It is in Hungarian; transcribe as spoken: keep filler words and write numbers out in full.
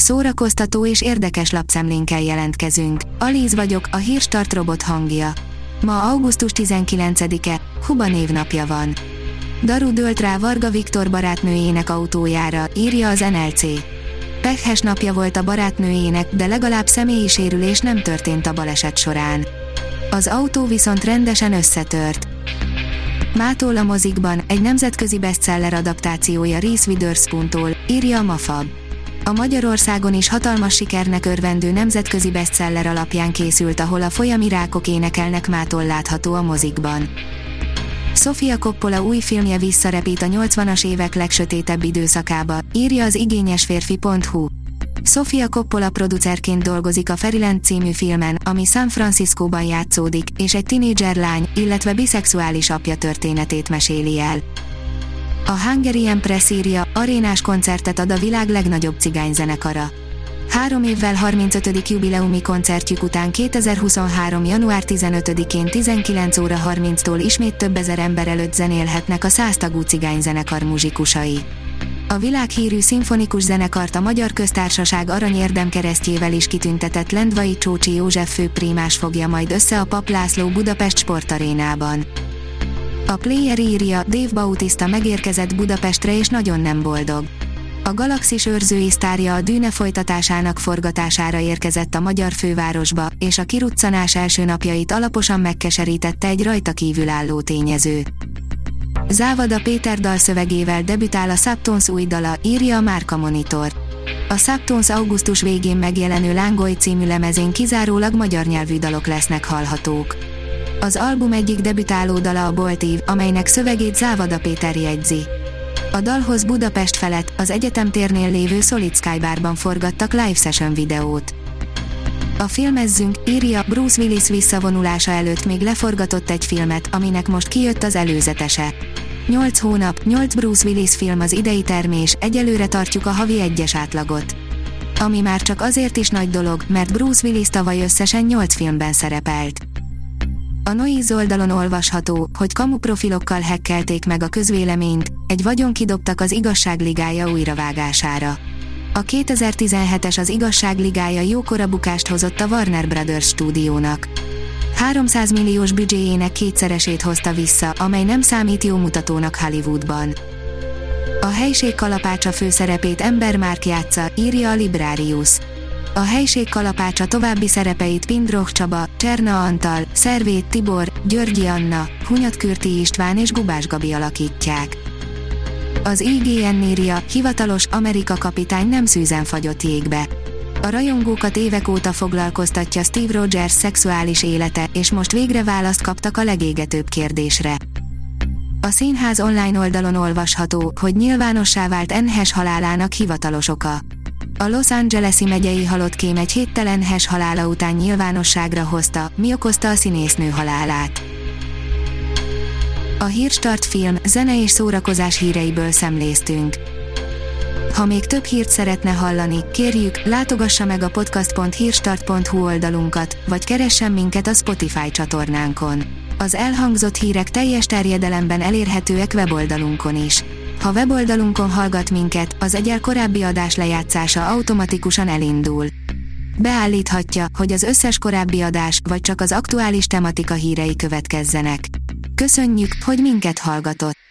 szórakoztató és érdekes lapszemlénkkel jelentkezünk. Alíz vagyok, a Hírstart robot hangja. Ma augusztus tizenkilencedike, Huba névnapja van. Daru dőlt rá Varga Viktor barátnőjének autójára, írja az en el cé. Pekhes napja volt a barátnőjének, de legalább személyi sérülés nem történt a baleset során. Az autó viszont rendesen összetört. Mától a mozikban, egy nemzetközi bestseller adaptációja Reese Witherspoon-tól, írja a Mafab. A Magyarországon is hatalmas sikernek örvendő nemzetközi bestseller alapján készült, ahol a folyami rákok énekelnek mától látható a mozikban. Sofia Coppola új filmje visszarepít a nyolcvanas évek legsötétebb időszakába, írja az igényesférfi pont hu. Sofia Coppola producerként dolgozik a Fairyland című filmen, ami San Franciscóban játszódik, és egy tinédzser lány, illetve biszexuális apja történetét meséli el. A Hungarian Press írja, arénás koncertet ad a világ legnagyobb cigányzenekara. Három évvel harmincötödik jubileumi koncertjük után kétezer-huszonhárom. január tizenötödikén tizenkilenc óra harminctól ismét több ezer ember előtt zenélhetnek a száztagú cigányzenekar muzsikusai. A világhírű szimfonikus zenekart a Magyar Köztársaság Arany Érdemkeresztjével is kitüntetett Lendvai Csócsi József főprímás fogja majd össze a Papp László Budapest sportarénában. A Player írja, Dave Bautista megérkezett Budapestre és nagyon nem boldog. A Galaxis őrzői sztárja a Dűne folytatásának forgatására érkezett a magyar fővárosba, és a kiruccanás első napjait alaposan megkeserítette egy rajta kívülálló tényező. Závada Péter dalszövegével debütál a Subtones új dala, írja a Márka Monitor. A Subtones augusztus végén megjelenő Lángolj című lemezén kizárólag magyar nyelvű dalok lesznek hallhatók. Az album egyik debütáló dala a Bolt Eve, amelynek szövegét Závada Péter jegyzi. A dalhoz Budapest felett, az egyetemtérnél lévő Solid Sky Barban forgattak live session videót. A Filmezzünk, írja, Bruce Willis visszavonulása előtt még leforgatott egy filmet, aminek most kijött az előzetese. nyolc hónap, nyolc Bruce Willis film az idei termés, egyelőre tartjuk a havi egyes átlagot. Ami már csak azért is nagy dolog, mert Bruce Willis tavaly összesen nyolc filmben szerepelt. A Noiz oldalon olvasható, hogy kamuprofilokkal hekkelték meg a közvéleményt, egy vagyon kidobtak az Igazságligája újravágására. A kétezer-tizenhetes az Igazságligája jókora bukást hozott a Warner Brothers stúdiónak. háromszáz milliós büdzséjének kétszeresét hozta vissza, amely nem számít jó mutatónak Hollywoodban. A helység kalapácsa főszerepét Ember Márk játsza, írja a Librarius. A helység kalapácsa további szerepeit Pindroh Csaba, Cserna Antal, Szervét Tibor, Györgyi Anna, Hunyatkürti István és Gubás Gabi alakítják. Az i gé en írja, hivatalos, Amerika kapitány nem szűzen fagyott jégbe. A rajongókat évek óta foglalkoztatja Steve Rogers szexuális élete, és most végre választ kaptak a legégetőbb kérdésre. A színház online oldalon olvasható, hogy nyilvánossá vált N-Hash halálának hivatalos oka. A Los Angeles-i megyei halottkém egy héttel N-Hash halála után nyilvánosságra hozta, mi okozta a színésznő halálát. A Hírstart film, zene és szórakozás híreiből szemléztünk. Ha még több hírt szeretne hallani, kérjük, látogassa meg a podcast pont hírstart pont hu oldalunkat, vagy keressen minket a Spotify csatornánkon. Az elhangzott hírek teljes terjedelemben elérhetőek weboldalunkon is. Ha weboldalunkon hallgat minket, az egyel korábbi adás lejátszása automatikusan elindul. Beállíthatja, hogy az összes korábbi adás, vagy csak az aktuális tematika hírei következzenek. Köszönjük, hogy minket hallgatott!